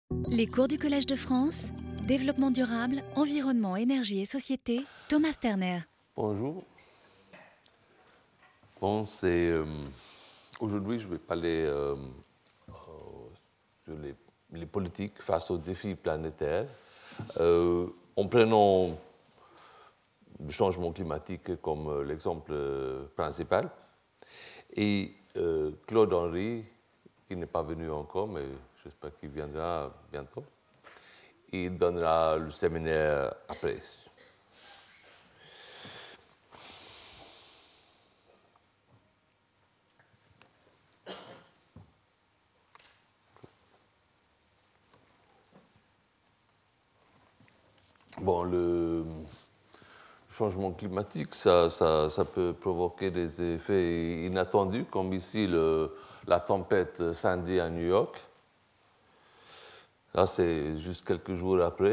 Les cours du Collège de France, Développement durable, environnement, énergie et société, Thomas Sterner. Bonjour. Bon, aujourd'hui, je vais parler sur les politiques face aux défis planétaires, en prenant le changement climatique comme l'exemple principal. Et Claude Henry, qui n'est pas venu encore, mais j'espère qu'il viendra bientôt, il donnera le séminaire après. Bon, le changement climatique, ça peut provoquer des effets inattendus, comme ici la tempête Sandy à New York. Là, c'est juste quelques jours après.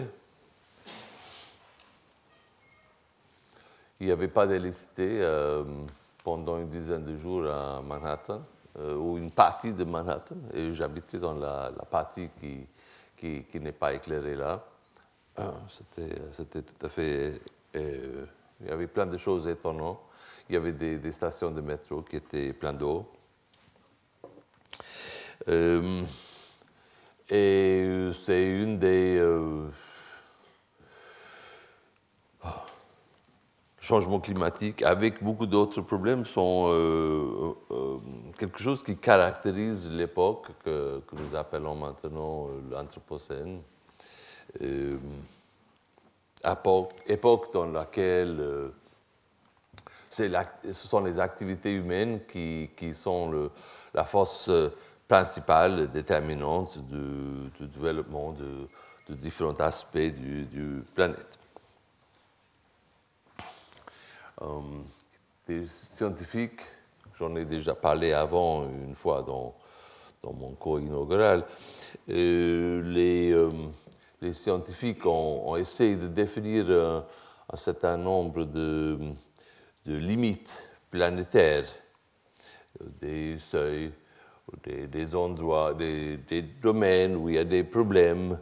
Il n'y avait pas d'électricité pendant une dizaine de jours à Manhattan, ou une partie de Manhattan, et j'habitais dans la partie qui n'est pas éclairée là. C'était tout à fait... il y avait plein de choses étonnantes. Il y avait des stations de métro qui étaient pleines d'eau. Et c'est une des changements climatiques, avec beaucoup d'autres problèmes, sont quelque chose qui caractérise l'époque que nous appelons maintenant l'Anthropocène. Époque dans laquelle ce sont les activités humaines qui sont la force principale déterminante du développement de différents aspects du planète. Des scientifiques, j'en ai déjà parlé avant une fois dans mon cours inaugural, les scientifiques ont essayé de définir un certain nombre de limites planétaires, des seuils, des endroits, des domaines où il y a des problèmes,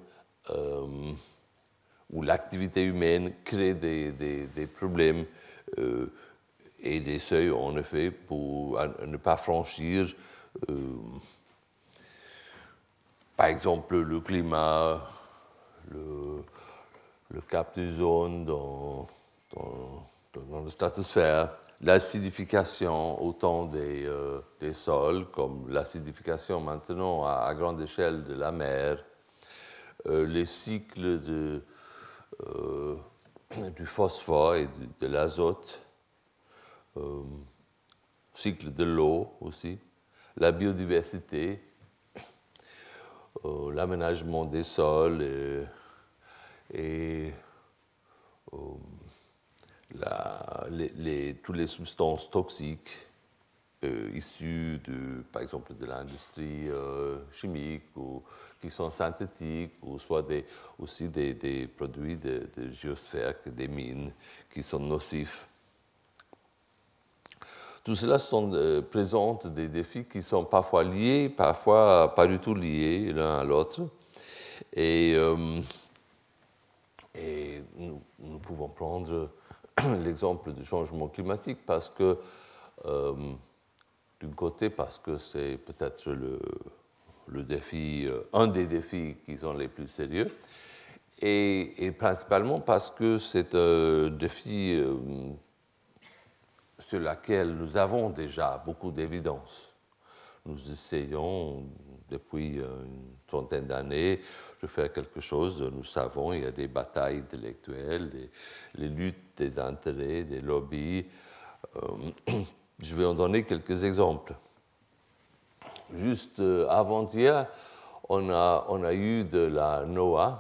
où l'activité humaine crée des problèmes et des seuils, en effet, pour ne pas franchir. Par exemple, le climat, le cap d'ozone dans la stratosphère, l'acidification autant des sols, comme l'acidification maintenant à grande échelle de la mer, les cycles du phosphore et de l'azote, cycle de l'eau aussi, la biodiversité, l'aménagement des sols et toutes les substances toxiques issues, par exemple, de l'industrie chimique ou qui sont synthétiques, ou soit aussi des produits de géosphère, des mines qui sont nocifs. Tout cela présente des défis qui sont parfois liés, parfois pas du tout liés l'un à l'autre. Et nous pouvons prendre l'exemple du changement climatique parce que, d'un côté, parce que c'est peut-être le défi, un des défis qui sont les plus sérieux, et principalement parce que c'est un défi sur lequel nous avons déjà beaucoup d'évidence. Nous essayons depuis une trentaine d'années de faire quelque chose. Nous savons il y a des batailles intellectuelles, les luttes des intérêts, des lobbies. Je vais en donner quelques exemples. Juste avant-hier, on a eu de la NOAA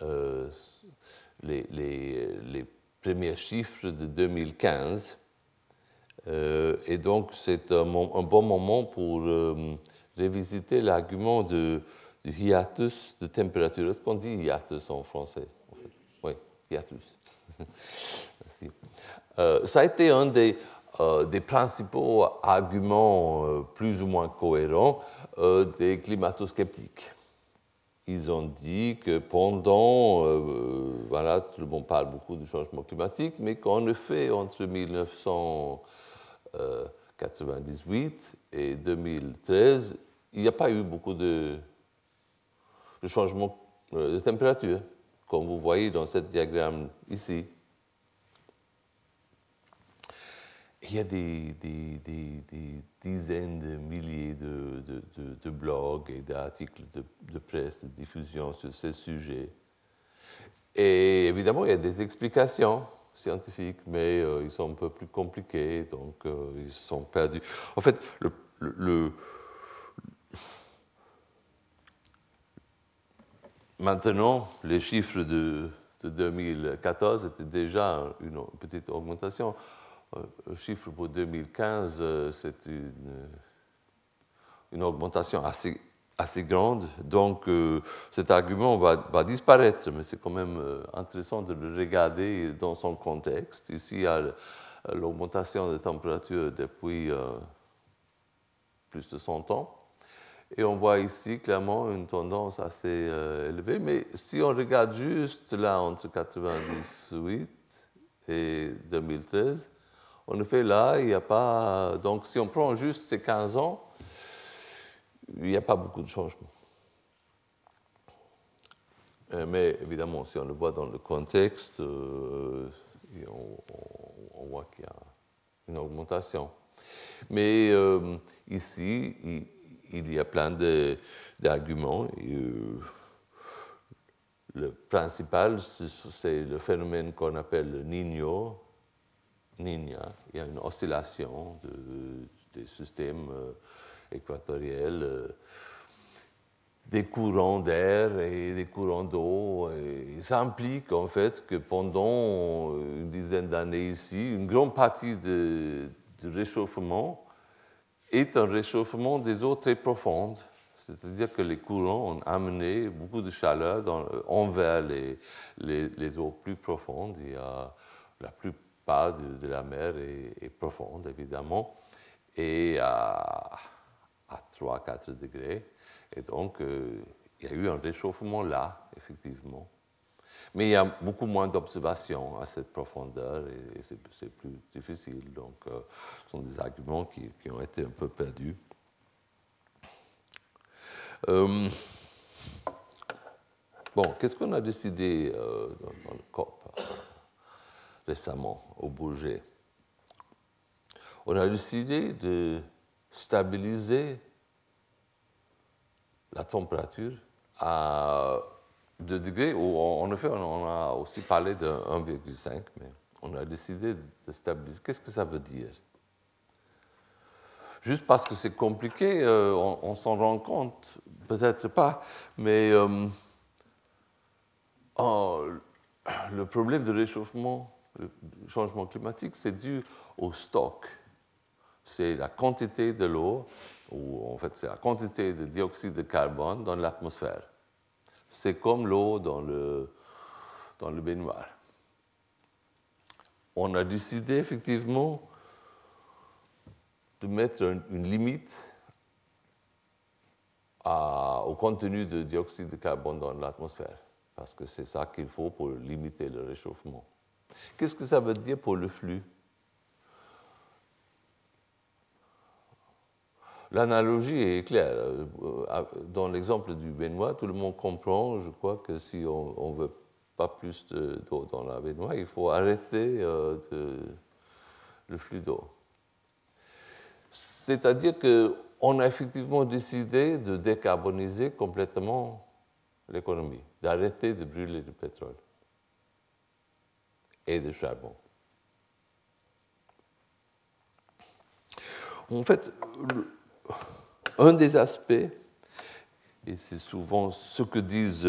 les premiers chiffres de 2015. Et donc, c'est un bon moment pour revisiter l'argument du hiatus de température. Est-ce qu'on dit hiatus en français en fait? Oui, hiatus. Merci. Ça a été un des principaux arguments plus ou moins cohérents des climato-sceptiques. ils ont dit que pendant, voilà, tout le monde parle beaucoup du changement climatique, mais qu'en effet, entre 1998 et 2013, il n'y a pas eu beaucoup de changement de température, comme vous voyez dans ce diagramme ici. Il y a des dizaines de milliers de blogs et d'articles de presse, de diffusion sur ces sujets. Et évidemment, il y a des explications scientifiques, mais ils sont un peu plus compliqués, donc ils sont perdus. En fait, maintenant, les chiffres de 2014 étaient déjà une petite augmentation. Le chiffre pour 2015, c'est une augmentation assez grande. Donc, cet argument va disparaître, mais c'est quand même intéressant de le regarder dans son contexte. Ici, il y a l'augmentation des températures depuis plus de 100 ans. Et on voit ici clairement une tendance assez élevée. Mais si on regarde juste là, entre 1998 et 2013, en effet, là, il n'y a pas... Donc, si on prend juste ces 15 ans, il n'y a pas beaucoup de changements. Mais évidemment, si on le voit dans le contexte, on voit qu'il y a une augmentation. Mais ici, il y a plein d'arguments. Le principal, c'est le phénomène qu'on appelle le Niño. Niña. Il y a une oscillation des systèmes équatoriels, des courants d'air et des courants d'eau. Ça implique en fait que pendant une dizaine d'années ici, une grande partie du réchauffement est un réchauffement des eaux très profondes. C'est-à-dire que les courants ont amené beaucoup de chaleur envers les eaux plus profondes. Il y a la plupart de la mer est profonde, évidemment, et à 3-4 degrés. Et donc, il y a eu un réchauffement là, effectivement. Mais il y a beaucoup moins d'observations à cette profondeur et c'est plus difficile. Donc, ce sont des arguments qui ont été un peu perdus. Bon, qu'est-ce qu'on a décidé dans le COP récemment au Bourget? On a décidé de stabiliser la température à 2 degrés, ou en effet, on a aussi parlé de 1,5, mais on a décidé de stabiliser. Qu'est-ce que ça veut dire? Juste parce que c'est compliqué, on s'en rend compte, peut-être pas, mais le problème de réchauffement, le changement climatique, c'est dû au stock. C'est la quantité de l'eau, ou en fait c'est la quantité de dioxyde de carbone dans l'atmosphère. C'est comme l'eau dans le baignoire. On a décidé effectivement de mettre une limite au contenu de dioxyde de carbone dans l'atmosphère, parce que c'est ça qu'il faut pour limiter le réchauffement. Qu'est-ce que ça veut dire pour le flux? L'analogie est claire. Dans l'exemple du baignoire, tout le monde comprend, je crois, que si on ne veut pas plus d'eau dans la baignoire, il faut arrêter le flux d'eau. C'est-à-dire qu'on a effectivement décidé de décarboniser complètement l'économie, d'arrêter de brûler du pétrole et du charbon. En fait, un des aspects, et c'est souvent ce que disent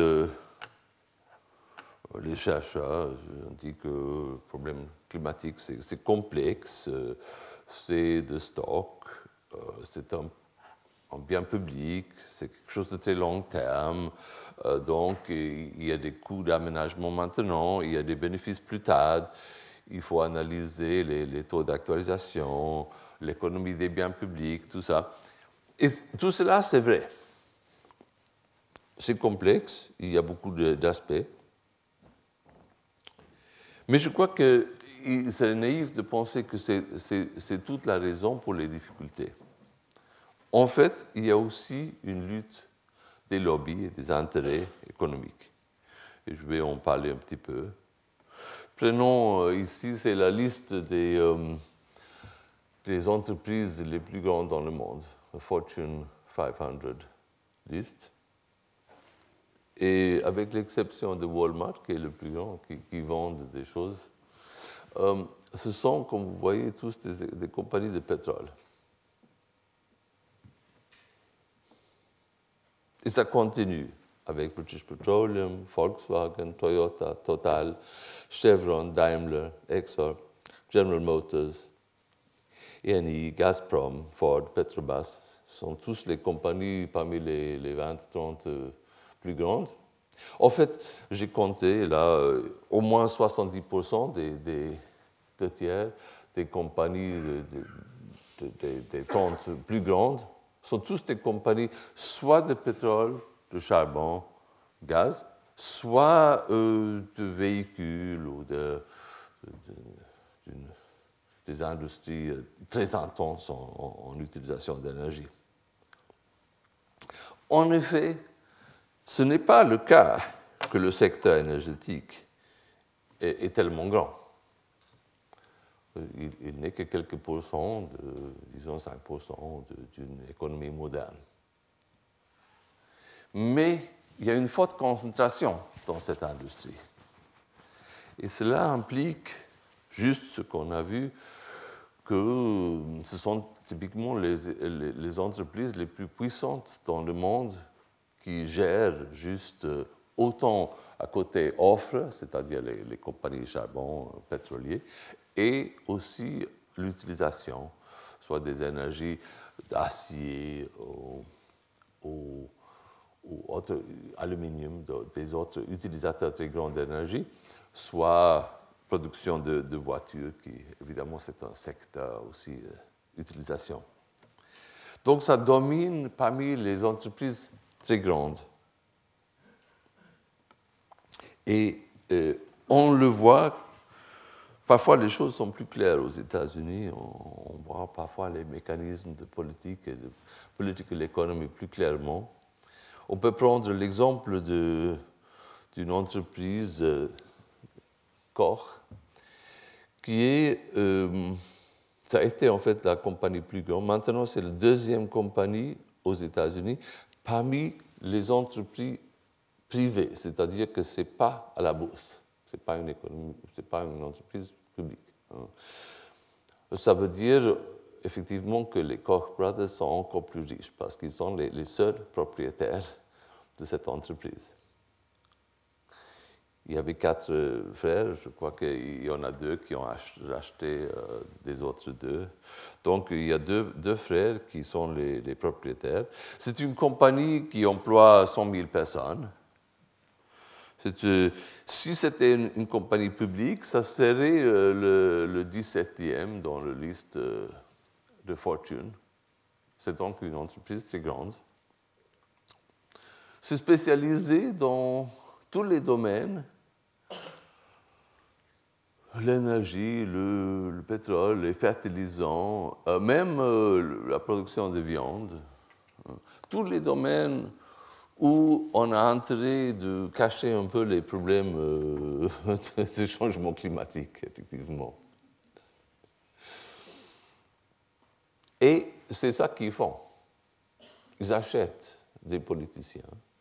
les chercheurs, on dit que le problème climatique, c'est complexe, c'est de stock, c'est un bien public, c'est quelque chose de très long terme, donc il y a des coûts d'aménagement maintenant, il y a des bénéfices plus tard, il faut analyser les taux d'actualisation, l'économie des biens publics, tout ça. Et tout cela, c'est vrai. c'est complexe, il y a beaucoup d'aspects. Mais je crois que c'est naïf de penser que c'est toute la raison pour les difficultés. En fait, il y a aussi une lutte des lobbies et des intérêts économiques. Et je vais en parler un petit peu. Prenons ici, c'est la liste des entreprises les plus grandes dans le monde, la Fortune 500 list. Et avec l'exception de Walmart, qui est le plus grand, qui vendent des choses, ce sont, comme vous voyez, tous des compagnies de pétrole. Et ça continue avec British Petroleum, Volkswagen, Toyota, Total, Chevron, Daimler, Exxon, General Motors, Eni, Gazprom, Ford, Petrobras. Sont tous les compagnies parmi les 20-30 plus grandes. En fait, j'ai compté là, au moins 70% des 2 tiers des compagnies des 30 plus grandes sont tous des compagnies soit de pétrole, de charbon, gaz, soit de véhicules ou des industries très intenses en utilisation d'énergie. En effet, ce n'est pas le cas que le secteur énergétique est tellement grand. Il n'est que quelques pourcents, disons 5% d'une économie moderne. Mais il y a une forte concentration dans cette industrie. Et cela implique, juste ce qu'on a vu, que ce sont typiquement les entreprises les plus puissantes dans le monde qui gèrent juste autant à côté offre, c'est-à-dire les compagnies de charbon pétrolier, et aussi l'utilisation, soit des énergies d'acier ou autres aluminium, des autres utilisateurs très grands d'énergie, soit production de voitures, qui évidemment c'est un secteur aussi d'utilisation. Donc ça domine parmi les entreprises très grandes. Et on le voit, parfois les choses sont plus claires aux États-Unis, on voit parfois les mécanismes de politique et de political economy plus clairement. On peut prendre l'exemple d'une entreprise Koch, qui est, ça a été en fait la compagnie plus grande. Maintenant, c'est la deuxième compagnie aux États-Unis parmi les entreprises privées, c'est-à-dire que ce n'est pas à la bourse, ce n'est pas une entreprise publique. Ça veut dire effectivement que les Koch brothers sont encore plus riches parce qu'ils sont les seuls propriétaires de cette entreprise. Il y avait 4 frères, je crois qu'il y en a 2 qui ont racheté des autres 2. Donc il y a deux frères qui sont les propriétaires. C'est une compagnie qui emploie 100 000 personnes. Si c'était une compagnie publique, ça serait le 17e dans la liste de Fortune. C'est donc une entreprise très grande. C'est spécialisé dans tous les domaines. L'énergie, le pétrole, les fertilisants, même la production de viande, tous les domaines où on a intérêt de cacher un peu les problèmes de changement climatique, effectivement. Et c'est ça qu'ils font. Ils achètent des politiciens.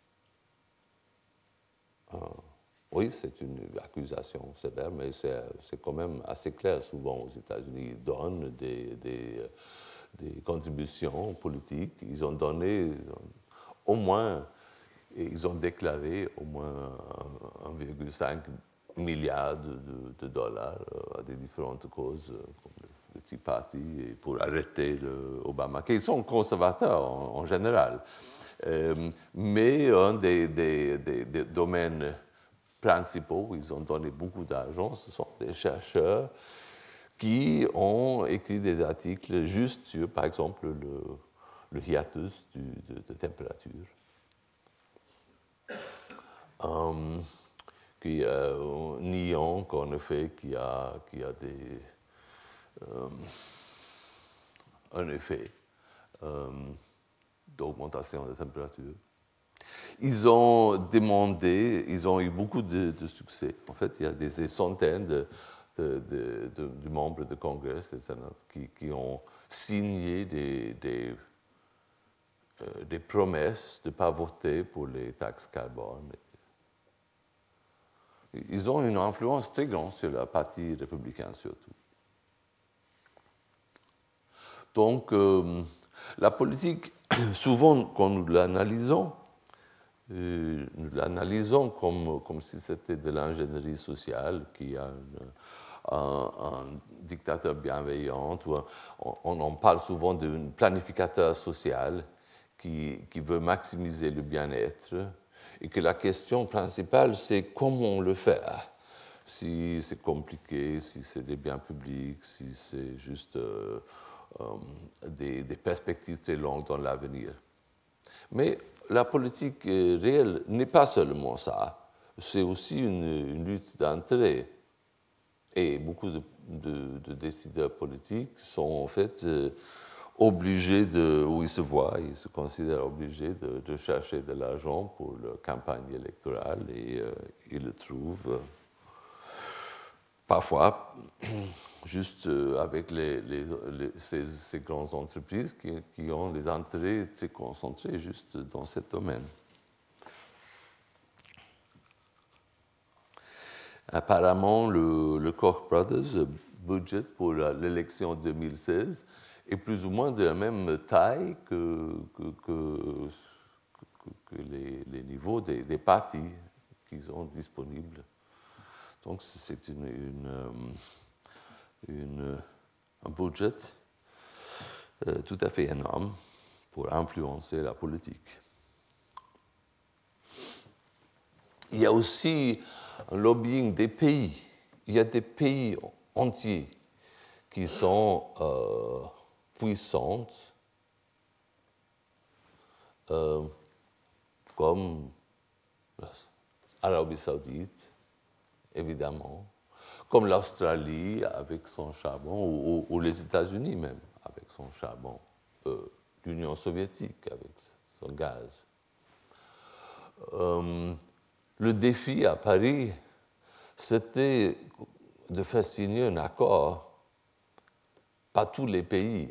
Oui, c'est une accusation sévère, mais c'est quand même assez clair. Souvent, aux États-Unis, ils donnent des contributions politiques. Ils ont donné au moins, ils ont déclaré au moins 1,5 milliard de dollars à des différentes causes, comme le Tea Party, pour arrêter Obama, qui sont conservateurs en général. Mais un des domaines principaux où ils ont donné beaucoup d'argent, ce sont des chercheurs qui ont écrit des articles juste sur, par exemple, le hiatus de température. niant qu'en effet qu'il y a un effet d'augmentation de la température. Ils ont demandé, ils ont eu beaucoup de succès. En fait, il y a des centaines de membres du Congrès qui ont signé des promesses de ne pas voter pour les taxes carbone. Ils ont une influence très grande sur le parti républicain surtout. Donc, la politique, souvent, quand nous l'analysons comme si c'était de l'ingénierie sociale, qui a un dictateur bienveillant, ou on en parle souvent d'un planificateur social qui veut maximiser le bien-être, et que la question principale, c'est comment le faire. Si c'est compliqué, si c'est des biens publics, si c'est juste des perspectives très longues dans l'avenir. Mais la politique réelle n'est pas seulement ça, c'est aussi une lutte d'intérêts. Et beaucoup de décideurs politiques sont en fait obligés où ils se voient, ils se considèrent obligés de chercher de l'argent pour leur campagne électorale et ils le trouvent parfois juste avec ces grandes entreprises qui ont les intérêts très concentrés juste dans ce domaine. Apparemment, le Koch Brothers budget pour l'élection 2016 est plus ou moins de la même taille que les niveaux des partis qu'ils ont disponibles. Donc, c'est un budget tout à fait énorme pour influencer la politique. Il y a aussi un lobbying des pays. Il y a des pays entiers qui sont puissants, comme l'Arabie Saoudite, évidemment, comme l'Australie avec son charbon, ou les États-Unis même avec son charbon, l'Union soviétique avec son gaz. Le défi à Paris, c'était de faire signer un accord, pas tous les pays.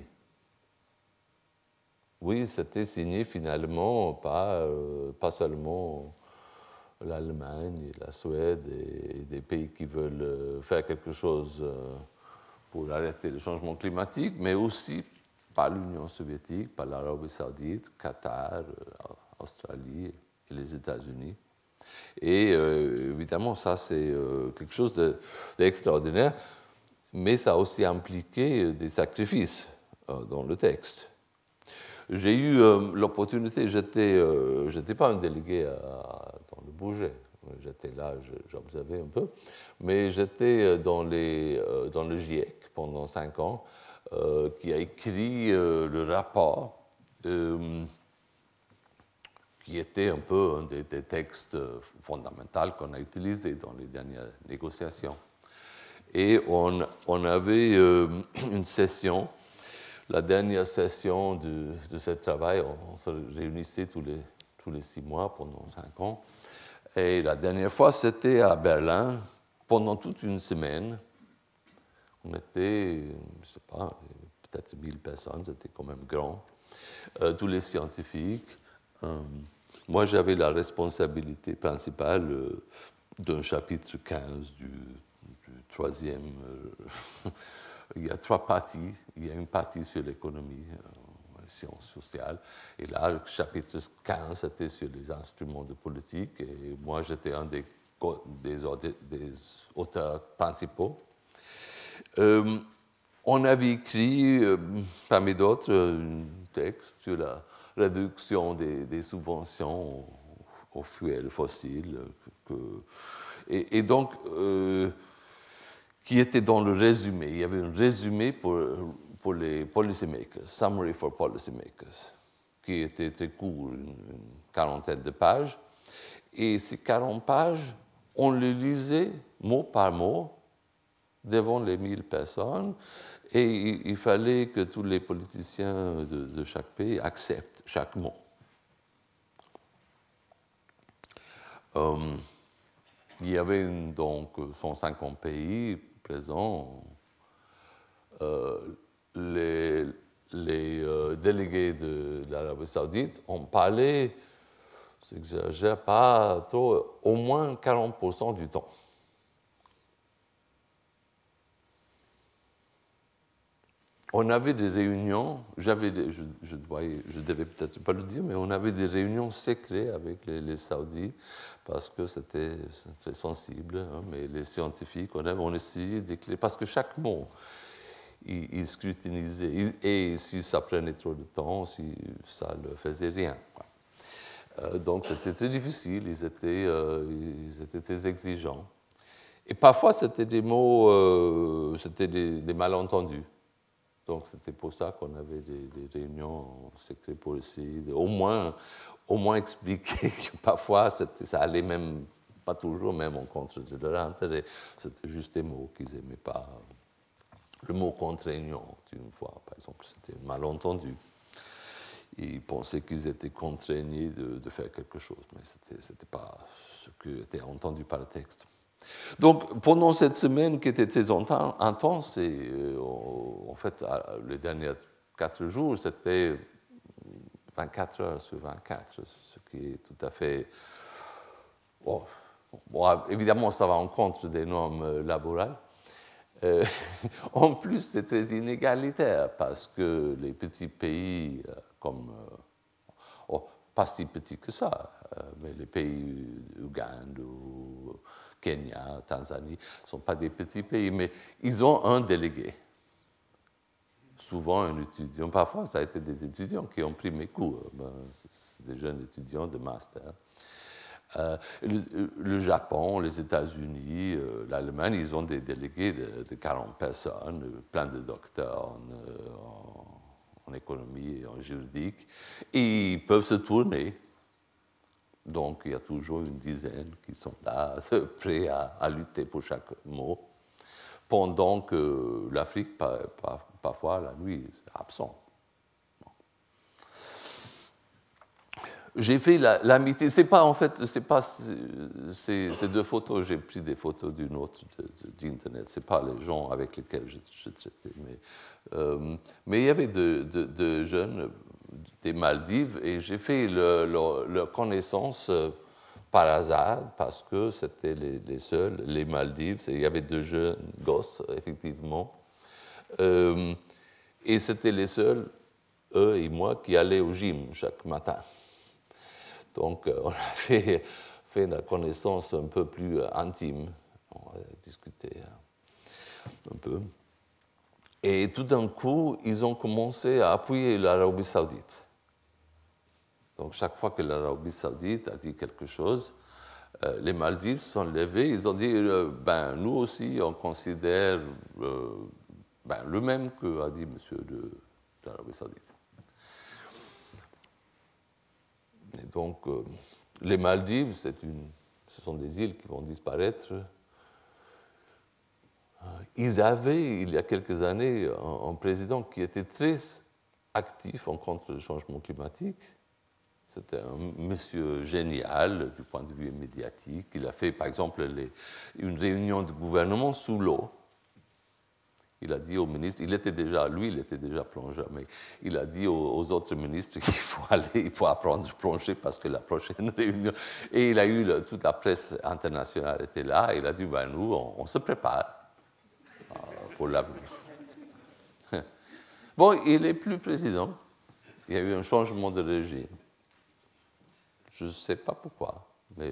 Oui, c'était signé finalement pas seulement l'Allemagne, la Suède et des pays qui veulent faire quelque chose pour arrêter le changement climatique, mais aussi par l'Union soviétique, par l'Arabie saoudite, Qatar, Australie et les États-Unis. Et évidemment, ça, c'est quelque chose d'extraordinaire, mais ça a aussi impliqué des sacrifices dans le texte. J'ai eu l'opportunité, j'étais pas un délégué dans le budget, j'étais là, j'observais un peu, mais j'étais dans le GIEC pendant 5 ans, qui a écrit le rapport qui était un peu un des textes fondamentaux qu'on a utilisés dans les dernières négociations. Et on avait une session, la dernière session de ce travail, on se réunissait tous les 6 mois pendant 5 ans. Et la dernière fois, c'était à Berlin, pendant toute une semaine. On était, je ne sais pas, peut-être 1000 personnes, c'était quand même grand. Tous les scientifiques. Moi, j'avais la responsabilité principale d'un chapitre 15 du 3e. Il y a 3 parties. Il y a une partie sur l'économie, les sciences sociales. Et là, le chapitre 15, c'était sur les instruments de politique. Et moi, j'étais un des auteurs principaux. On avait écrit, parmi d'autres, un texte sur la réduction des subventions aux fuels fossiles, et donc qui était dans le résumé. Il y avait un résumé pour les policymakers, Summary for Policymakers, qui était très court, une 40aine de pages. Et ces 40 pages, on les lisait mot par mot devant les 1000 personnes. Et il fallait que tous les politiciens de chaque pays acceptent chaque mot. Il y avait donc 150 pays présents. Les délégués de l'Arabie Saoudite ont parlé, je n'exagère pas trop, au moins 40% du temps. On avait des réunions, je devais peut-être pas le dire, mais on avait des réunions secrètes avec les Saoudis parce que c'était très sensible, hein, mais les scientifiques, on essayait d'éclairer, parce que chaque mot, ils scrutinisaient, et si ça prenait trop de temps, si ça ne faisait rien. Donc c'était très difficile, ils étaient très exigeants. Et parfois, c'était des mots, c'était des malentendus. Donc, c'était pour ça qu'on avait des réunions secrètes pour essayer de, au moins expliquer que parfois, ça allait même, pas toujours même en contre de leur intérêt. C'était juste des mots qu'ils n'aimaient pas. Le mot contraignant, une fois, par exemple, c'était malentendu. Ils pensaient qu'ils étaient contraignés de faire quelque chose, mais ce n'était pas ce qui était entendu par le texte. Donc, pendant cette semaine qui était très intense, et en fait, les derniers 4 jours, c'était 24 heures sur 24, ce qui est tout à fait... Bon, évidemment, ça va en contre des normes laborales. En plus, c'est très inégalitaire, parce que les petits pays comme... pas si petits que ça, mais les pays Ouganda ou Kenya, Tanzanie, ne sont pas des petits pays, mais ils ont un délégué. Souvent un étudiant, parfois ça a été des étudiants qui ont pris mes cours, c'est des jeunes étudiants de master. Le Japon, les États-Unis, l'Allemagne, ils ont des délégués de 40 personnes, plein de docteurs en économie et en juridique, et ils peuvent se tourner. Donc, il y a toujours une dizaine qui sont là, prêts à lutter pour chaque mot, pendant que l'Afrique, parfois, la nuit, est absent. J'ai fait l'amitié. C'est pas, en fait, c'est pas ces 2 photos. J'ai pris des photos d'une autre d'Internet. C'est pas les gens avec lesquels je traitais. Mais il y avait deux jeunes des Maldives et j'ai fait leur connaissance par hasard parce que c'était les seuls, les Maldives. Il y avait 2 jeunes gosses, effectivement. Et c'était les seuls, eux et moi, qui allaient au gym chaque matin. Donc, on a fait la connaissance un peu plus intime. On a discuté un peu. Et tout d'un coup, ils ont commencé à appuyer l'Arabie Saoudite. Donc, chaque fois que l'Arabie Saoudite a dit quelque chose, les Maldives se sont levés. Ils ont dit nous aussi, on considère le même qu'a dit monsieur de l'Arabie Saoudite. Et donc, les Maldives, ce sont des îles qui vont disparaître. Ils avaient, il y a quelques années, un président qui était très actif en contre le changement climatique. C'était un monsieur génial du point de vue médiatique. Il a fait, par exemple, une réunion de gouvernement sous l'eau. Il a dit au ministre, il était déjà plongeur, mais il a dit aux autres ministres qu'il faut apprendre à plonger parce que la prochaine réunion... Et il a eu, toute la presse internationale était là, et il a dit, nous, on se prépare pour l'avenir. Bon, il n'est plus président. Il y a eu un changement de régime. Je ne sais pas pourquoi, mais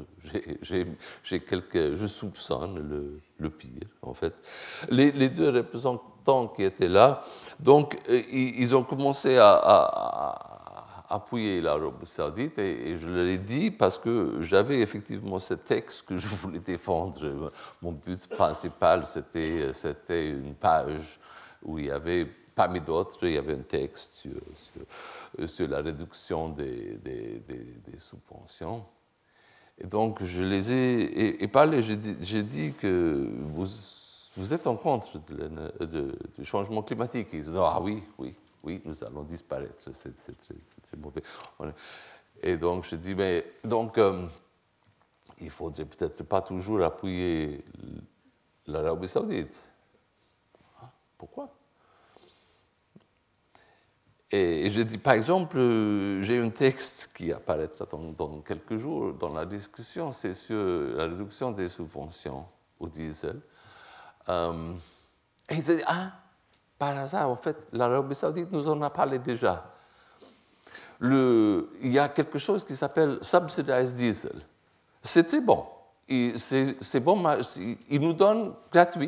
je soupçonne le pire, en fait. Les 2 représentants qui étaient là, donc, ils ont commencé à appuyer l'Arabie Saoudite, et je leur ai dit, parce que j'avais effectivement ce texte que je voulais défendre. Mon but principal, c'était une page où il y avait... Parmi d'autres, il y avait un texte sur la réduction des subventions. Et donc, je les ai parlé, j'ai dit que vous êtes en contre du changement climatique. Ils disent, ah oui, oui, oui, nous allons disparaître, c'est mauvais. Et donc, je dis, mais donc, il faudrait peut-être pas toujours appuyer l'Arabie Saoudite. Ah, pourquoi? Et je dis, par exemple, j'ai un texte qui apparaîtra dans quelques jours dans la discussion, c'est sur la réduction des subventions au diesel. Et il se dit, ah, par hasard, en fait, l'Arabie Saoudite nous en a parlé déjà. Il y a quelque chose qui s'appelle subsidized diesel. C'est très bon. C'est bon, il nous donne gratuit.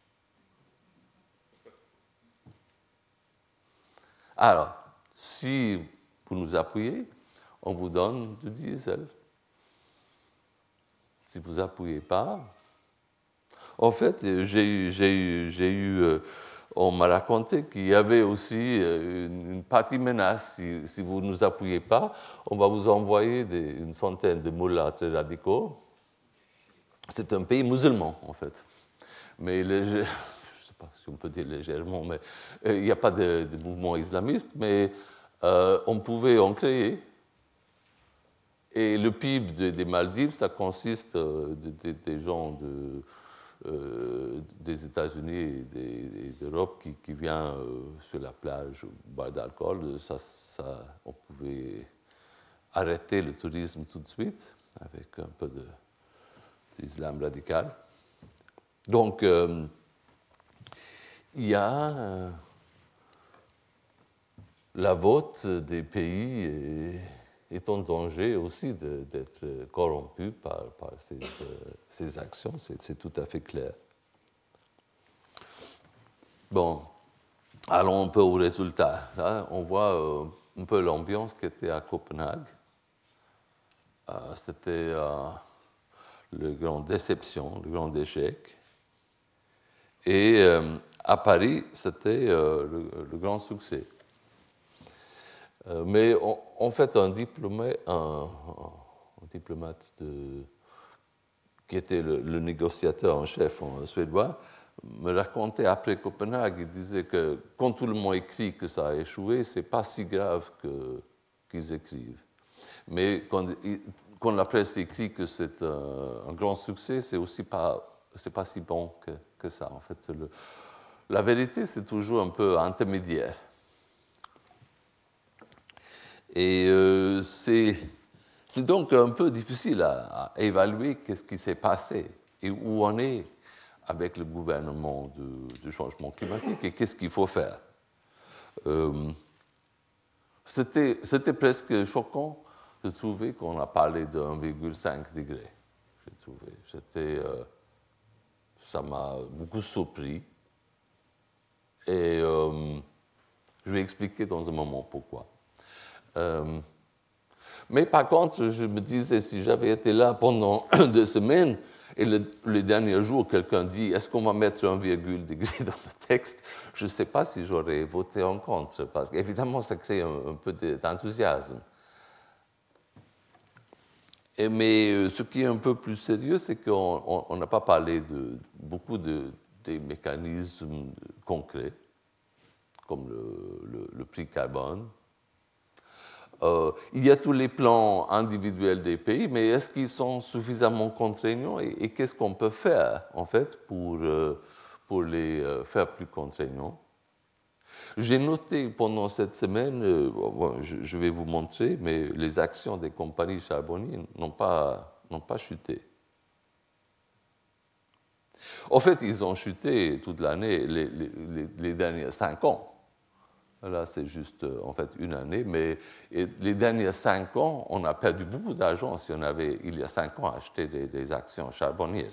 Alors, si vous nous appuyez, on vous donne du diesel. Si vous n'appuyez pas, en fait, on m'a raconté qu'il y avait aussi une partie menace. Si vous ne nous appuyez pas, on va vous envoyer une centaine de mullahs très radicaux. C'est un pays musulman, en fait. Mais je ne sais pas si on peut dire légèrement, mais il n'y a pas de mouvement islamiste, mais on pouvait en créer. Et le PIB des Maldives, ça consiste des gens des États-Unis et d'Europe qui viennent sur la plage boire d'alcool. On pouvait arrêter le tourisme tout de suite avec un peu d'islam radical. Donc, il y a la vote des pays est en danger aussi d'être corrompu par ces actions, c'est tout à fait clair. Bon, allons un peu au résultat. Là, on voit un peu l'ambiance qui était à Copenhague. C'était la grande déception, le grand échec. Et à Paris, c'était le grand succès. Mais en fait, un diplomate qui était le négociateur en chef suédois me racontait après Copenhague, il disait que quand tout le monde écrit que ça a échoué, c'est pas si grave qu'ils écrivent. Mais quand la presse écrit que c'est un grand succès, c'est aussi pas si bon que ça. En fait, la vérité, c'est toujours un peu intermédiaire. Et c'est donc un peu difficile à évaluer qu'est-ce qui s'est passé et où on est avec le gouvernement du changement climatique et qu'est-ce qu'il faut faire. C'était presque choquant de trouver qu'on a parlé de 1,5 degré. J'ai trouvé. Ça m'a beaucoup surpris. Et je vais expliquer dans un moment pourquoi. Mais par contre, je me disais, si j'avais été là pendant 2 semaines, et les derniers jours, quelqu'un dit, est-ce qu'on va mettre 1,1 degré dans le texte? Je ne sais pas si j'aurais voté en contre, parce qu'évidemment, ça crée un peu d'enthousiasme. Mais ce qui est un peu plus sérieux, c'est qu'on n'a pas parlé de beaucoup des mécanismes concrets, comme le prix carbone. Il y a tous les plans individuels des pays, mais est-ce qu'ils sont suffisamment contraignants et qu'est-ce qu'on peut faire, en fait, pour les faire plus contraignants? J'ai noté pendant cette semaine, je vais vous montrer, mais les actions des compagnies charbonnières n'ont pas chuté. En fait, ils ont chuté toute l'année, les derniers 5 ans. Là, c'est juste, en fait, une année, mais les derniers 5 ans, on a perdu beaucoup d'argent si on avait, il y a 5 ans, acheté des actions charbonnières.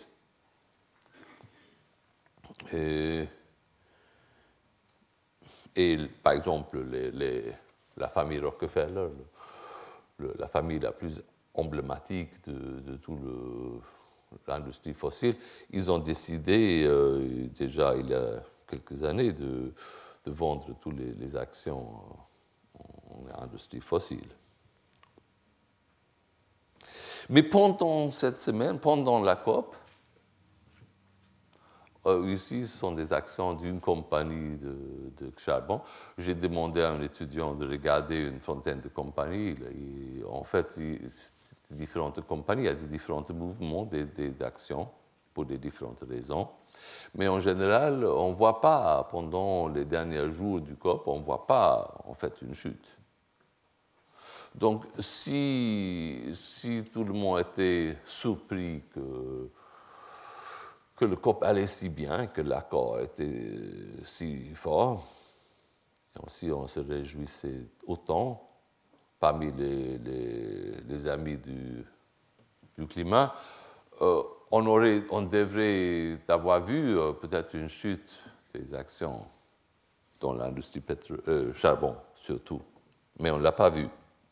Et par exemple, la famille Rockefeller, la famille la plus emblématique de toute l'industrie fossile, ils ont décidé, déjà il y a quelques années, de vendre toutes les actions en industrie fossile. Mais pendant cette semaine, pendant la COP, ici, ce sont des actions d'une compagnie de charbon. J'ai demandé à un étudiant de regarder une trentaine de compagnies. En fait, différentes compagnies, il y a des différents mouvements d'actions pour des différentes raisons. Mais en général, on ne voit pas, pendant les derniers jours du COP, on ne voit pas en fait une chute. Donc, si tout le monde était surpris que le COP allait si bien, que l'accord était si fort, et aussi on se réjouissait autant parmi les amis du climat, on devrait avoir vu peut-être une chute des actions dans l'industrie charbon surtout, mais on ne l'a pas vu.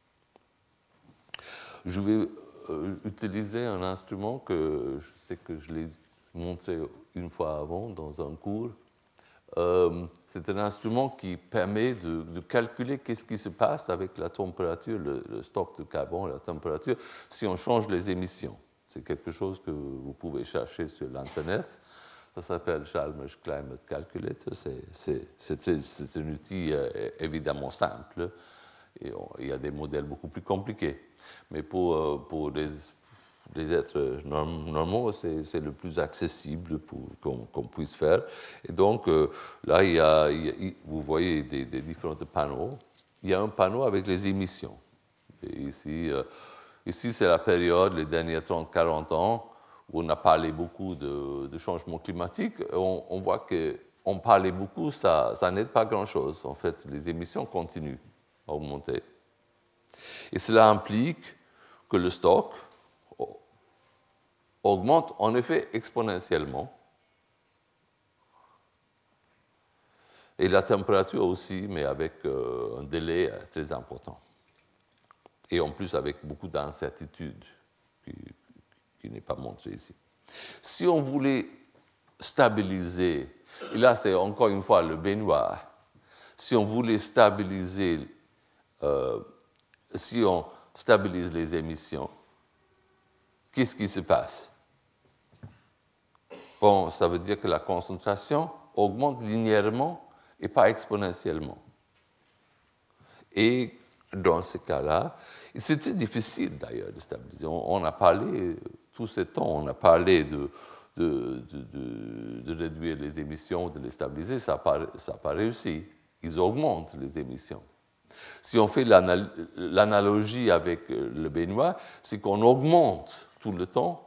Je vais utiliser un instrument que je sais que je l'ai montré une fois avant dans un cours. C'est un instrument qui permet de calculer qu'est-ce qui se passe avec la température, le stock de carbone, la température, si on change les émissions. C'est quelque chose que vous pouvez chercher sur l'Internet. Ça s'appelle Chalmers Climate Calculator. C'est un outil évidemment simple. Et il y a des modèles beaucoup plus compliqués. Mais pour les êtres normaux, c'est le plus accessible qu'on puisse faire. Et donc, là, vous voyez des différents panneaux. Il y a un panneau avec les émissions. Et ici c'est la période, les derniers 30-40 ans, où on a parlé beaucoup de changement climatique. On voit qu'on parlait beaucoup, ça n'aide pas grand-chose. En fait, les émissions continuent à augmenter. Et cela implique que le stock augmente en effet exponentiellement. Et la température aussi, mais avec un délai très important. Et en plus avec beaucoup d'incertitude qui n'est pas montré ici. Si on voulait stabiliser, et là c'est encore une fois le baignoire, si on voulait stabiliser, si on stabilise les émissions, qu'est-ce qui se passe? Bon, ça veut dire que la concentration augmente linéairement et pas exponentiellement. Et dans ce cas-là, c'est très difficile d'ailleurs de stabiliser. On a parlé, tout ce temps, on a parlé de réduire les émissions, de les stabiliser, ça n'a pas réussi. Ils augmentent les émissions. Si on fait l'analogie avec le baignoire, c'est qu'on augmente tout le temps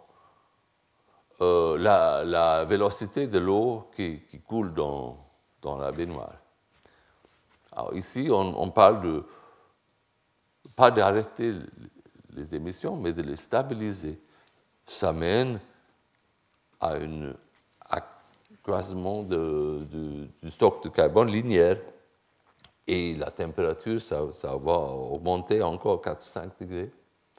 la vélocité de l'eau qui coule dans la baignoire. Alors ici, on parle pas d'arrêter les émissions, mais de les stabiliser. Ça mène à un accroissement du stock de carbone linéaire. Et la température, ça va augmenter encore 4-5 degrés.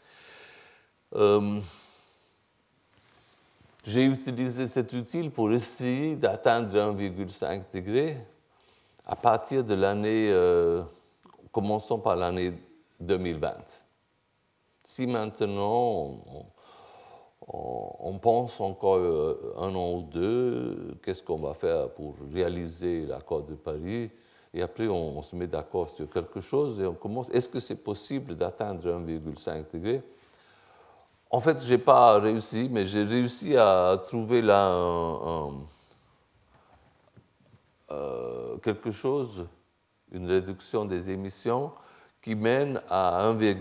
J'ai utilisé cet outil pour essayer d'atteindre 1,5 degré à partir de l'année, commençons par l'année 2020. Si maintenant on pense encore un an ou deux, qu'est-ce qu'on va faire pour réaliser l'accord de Paris? Et après, on se met d'accord sur quelque chose et on commence. Est-ce que c'est possible d'atteindre 1,5 degré? En fait, je n'ai pas réussi, mais j'ai réussi à trouver là quelque chose, une réduction des émissions qui mène à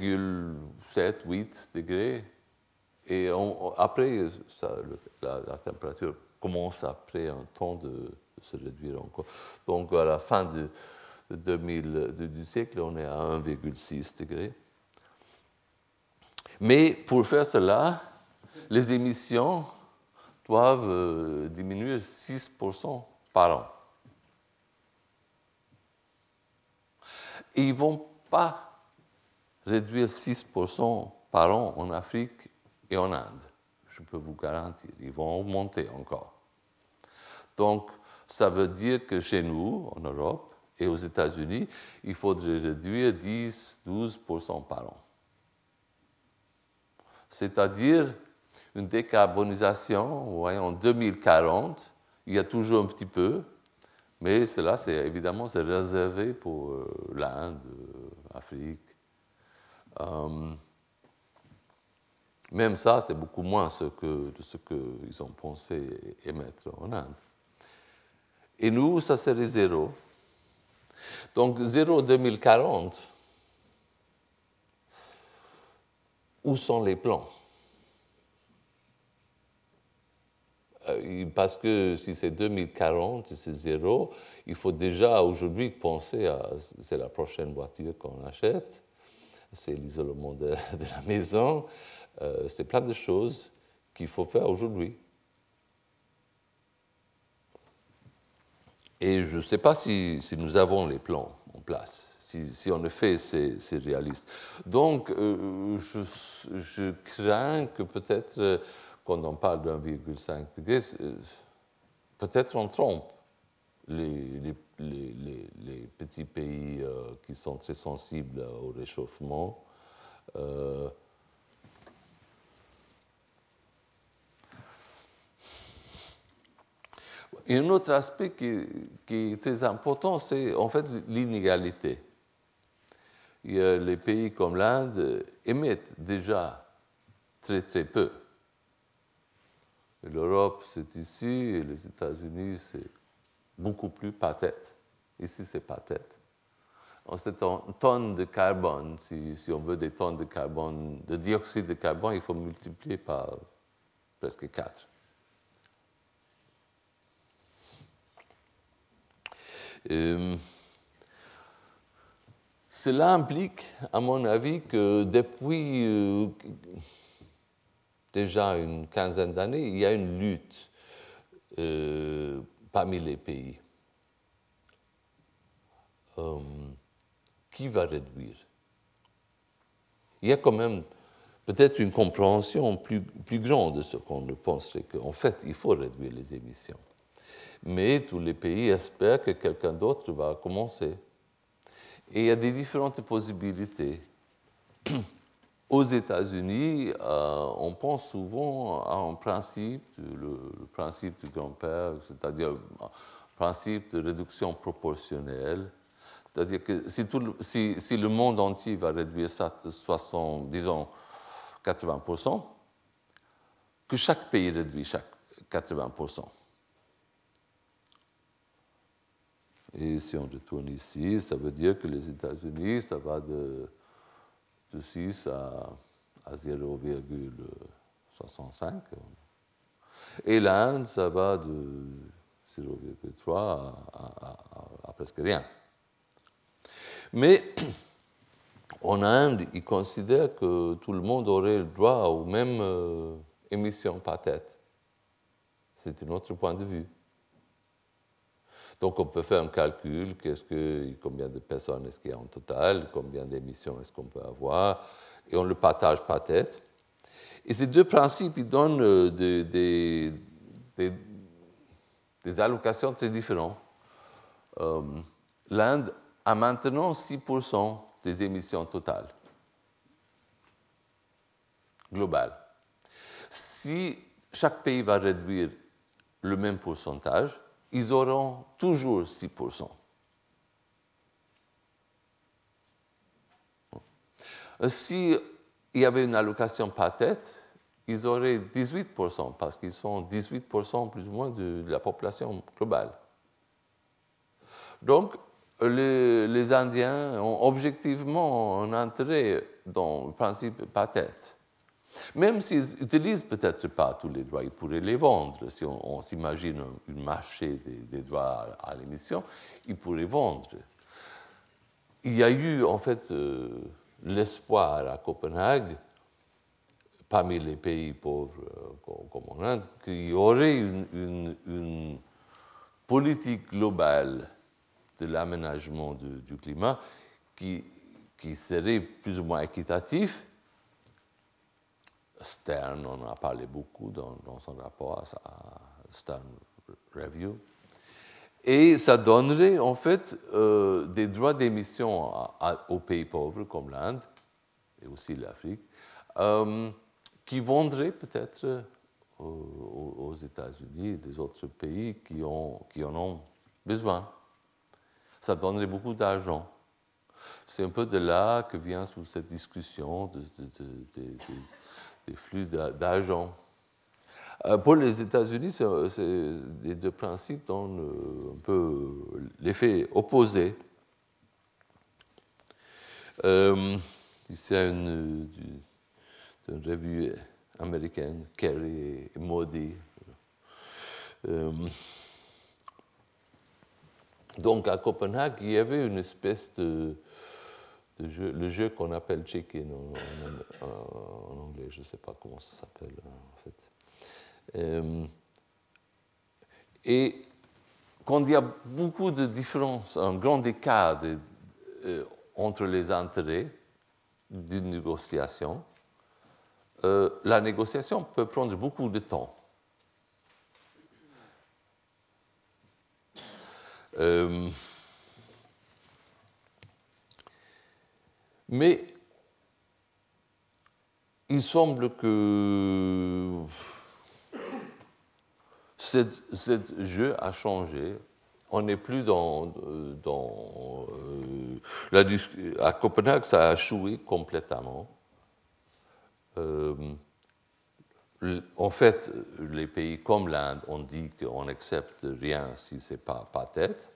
1,7-8 degrés. Et après, la température commence après un temps de se réduire encore. Donc, à la fin du siècle, on est à 1,6 degrés. Mais pour faire cela, les émissions doivent diminuer 6% par an. Et ils ne vont pas réduire 6% par an en Afrique et en Inde. Je peux vous garantir, ils vont augmenter encore. Donc, ça veut dire que chez nous, en Europe et aux États-Unis, il faudrait réduire 10-12% par an. c'est-à-dire une décarbonisation, vous voyez, en 2040, il y a toujours un petit peu, mais cela, évidemment, c'est réservé pour l'Inde, l'Afrique. Même ça, c'est beaucoup moins de ce qu'ils ont pensé émettre en Inde. Et nous, ça serait 0. Donc 0 2040, où sont les plans? Parce que si c'est 2040 et c'est 0, il faut déjà aujourd'hui penser à c'est la prochaine voiture qu'on achète, c'est l'isolement de la maison, c'est plein de choses qu'il faut faire aujourd'hui. Et je ne sais pas si nous avons les plans en place, si en effet c'est réaliste. Donc, je crains que peut-être, quand on parle d'1,5 degré, peut-être on trompe les petits pays qui sont très sensibles au réchauffement. Et un autre aspect qui est très important, c'est en fait l'inégalité. Les pays comme l'Inde émettent déjà très très peu. L'Europe, c'est ici, et les États-Unis, c'est beaucoup plus par tête. Ici, c'est par tête. C'est en tonnes de carbone. Si on veut des tonnes de carbone, de dioxyde de carbone, il faut multiplier par presque 4. Cela implique, à mon avis, que depuis déjà une quinzaine d'années, il y a une lutte parmi les pays. Qui va réduire? Il y a quand même peut-être une compréhension plus grande de ce qu'on ne penserait qu'en fait, il faut réduire les émissions. Mais tous les pays espèrent que quelqu'un d'autre va commencer. Et il y a des différentes possibilités. Aux États-Unis, on pense souvent à un principe, le principe du grand-père, c'est-à-dire un principe de réduction proportionnelle. C'est-à-dire que si le monde entier va réduire ça de 80%, que chaque pays réduit 80%. Et si on retourne ici, ça veut dire que les États-Unis, ça va de 6 à 0,65. Et l'Inde, ça va de 0,3 à presque rien. Mais en Inde, ils considèrent que tout le monde aurait le droit aux mêmes émissions par tête. C'est un autre point de vue. Donc on peut faire un calcul, combien de personnes est-ce qu'il y a en total, combien d'émissions est-ce qu'on peut avoir, et on le partage par tête. Et ces deux principes, ils donnent des allocations très différentes. L'Inde a maintenant 6% des émissions totales, globales. Si chaque pays va réduire le même pourcentage, ils auront toujours 6%. S'il y avait une allocation par tête, ils auraient 18%, parce qu'ils sont 18% plus ou moins de la population globale. Donc, les Indiens ont objectivement un intérêt dans le principe par tête. Même s'ils n'utilisent peut-être pas tous les droits, ils pourraient les vendre. Si on s'imagine un marché des droits à l'émission, ils pourraient vendre. Il y a eu en fait l'espoir à Copenhague, parmi les pays pauvres comme en Inde, qu'il y aurait une politique globale de l'aménagement du climat qui serait plus ou moins équitatif. Stern en a parlé beaucoup dans son rapport à Stern Review. Et ça donnerait en fait des droits d'émission aux pays pauvres comme l'Inde et aussi l'Afrique qui vendraient peut-être aux États-Unis et des autres pays qui en ont besoin. Ça donnerait beaucoup d'argent. C'est un peu de là que vient toute cette discussion des flux d'argent. Pour les États-Unis, les deux principes donnent un peu l'effet opposé. Ici, une revue américaine, Kerry et Modi. Donc à Copenhague, il y avait une espèce de jeu, le jeu qu'on appelle check-in en anglais, je ne sais pas comment ça s'appelle en fait. Et quand il y a beaucoup de différences, un grand écart entre les intérêts d'une négociation, la négociation peut prendre beaucoup de temps. Mais il semble que ce jeu a changé. On n'est plus à Copenhague, ça a échoué complètement. En fait, les pays comme l'Inde ont dit qu'on n'accepte rien si ce n'est pas tête.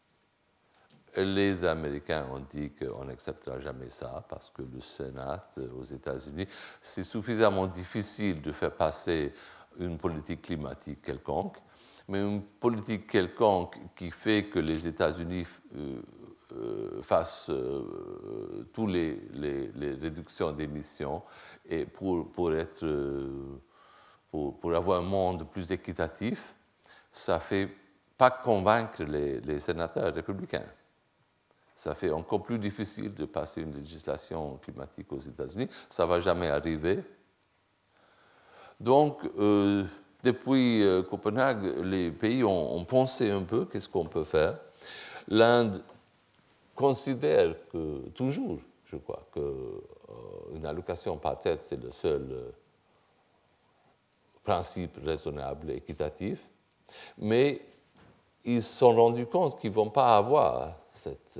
Les Américains ont dit qu'on n'acceptera jamais ça parce que le Sénat aux États-Unis, c'est suffisamment difficile de faire passer une politique climatique quelconque, mais une politique quelconque qui fait que les États-Unis fassent toutes les réductions d'émissions et pour avoir un monde plus équitatif, ça ne fait pas convaincre les sénateurs républicains. Ça fait encore plus difficile de passer une législation climatique aux États-Unis. Ça ne va jamais arriver. Donc, depuis Copenhague, les pays ont pensé un peu qu'est-ce qu'on peut faire. L'Inde considère que, toujours, je crois, qu'une allocation par tête, c'est le seul principe raisonnable et équitatif. Mais ils se sont rendus compte qu'ils ne vont pas avoir cette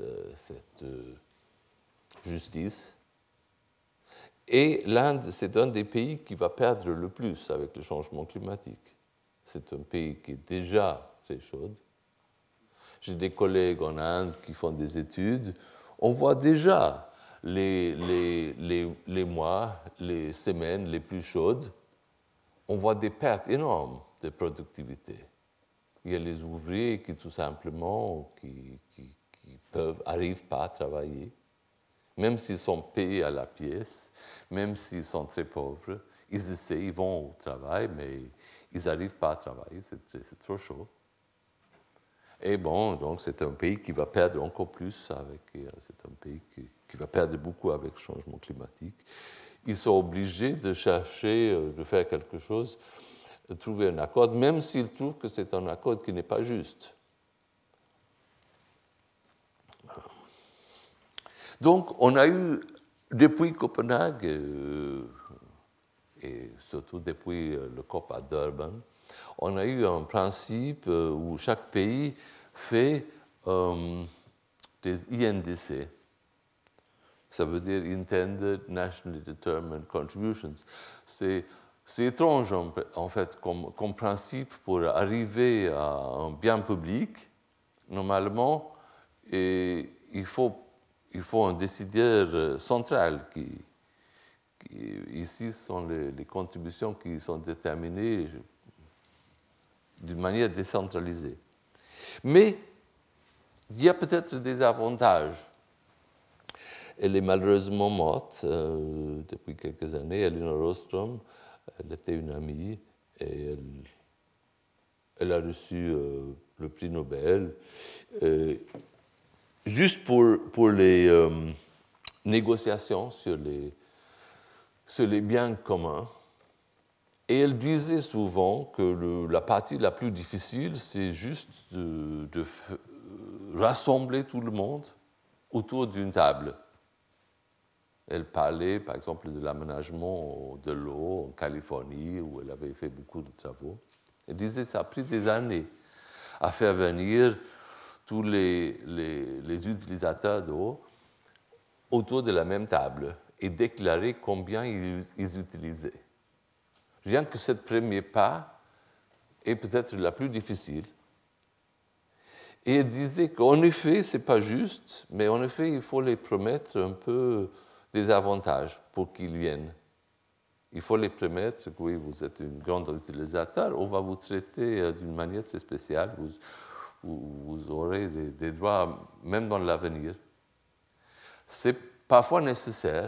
justice. Et l'Inde, c'est un des pays qui va perdre le plus avec le changement climatique. C'est un pays qui est déjà très chaud. J'ai des collègues en Inde qui font des études. On voit déjà les mois, les semaines les plus chaudes. On voit des pertes énormes de productivité. Il y a les ouvriers qui, tout simplement, n'arrivent pas à travailler, même s'ils sont payés à la pièce, même s'ils sont très pauvres. Ils essaient, ils vont au travail, mais ils n'arrivent pas à travailler, c'est trop chaud. Et bon, donc c'est un pays qui va perdre encore plus, c'est un pays qui va perdre beaucoup avec le changement climatique. Ils sont obligés de chercher, de faire quelque chose, de trouver un accord, même s'ils trouvent que c'est un accord qui n'est pas juste. Donc, on a eu, depuis Copenhague, et surtout depuis le COP à Durban, on a eu un principe où chaque pays fait des INDC. Ça veut dire Intended Nationally Determined Contributions. C'est étrange, en fait, comme principe pour arriver à un bien public. Normalement, il faut un décideur central ici, sont les contributions qui sont déterminées d'une manière décentralisée. Mais il y a peut-être des avantages. Elle est malheureusement morte depuis quelques années. Elinor Ostrom, elle était une amie et elle a reçu le prix Nobel. Juste pour les négociations sur les biens communs. Et elle disait souvent que la partie la plus difficile, c'est juste de rassembler tout le monde autour d'une table. Elle parlait, par exemple, de l'aménagement de l'eau en Californie, où elle avait fait beaucoup de travaux. Elle disait que ça a pris des années à faire venir tous les utilisateurs d'eau autour de la même table et déclarer combien ils utilisaient. Rien que ce premier pas est peut-être la plus difficile. Et elle disait qu'en effet, ce n'est pas juste, mais en effet, il faut les promettre un peu des avantages pour qu'ils viennent. Il faut les promettre que oui, vous êtes une grande utilisateur, on va vous traiter d'une manière très spéciale, vous aurez des droits même dans l'avenir. C'est parfois nécessaire.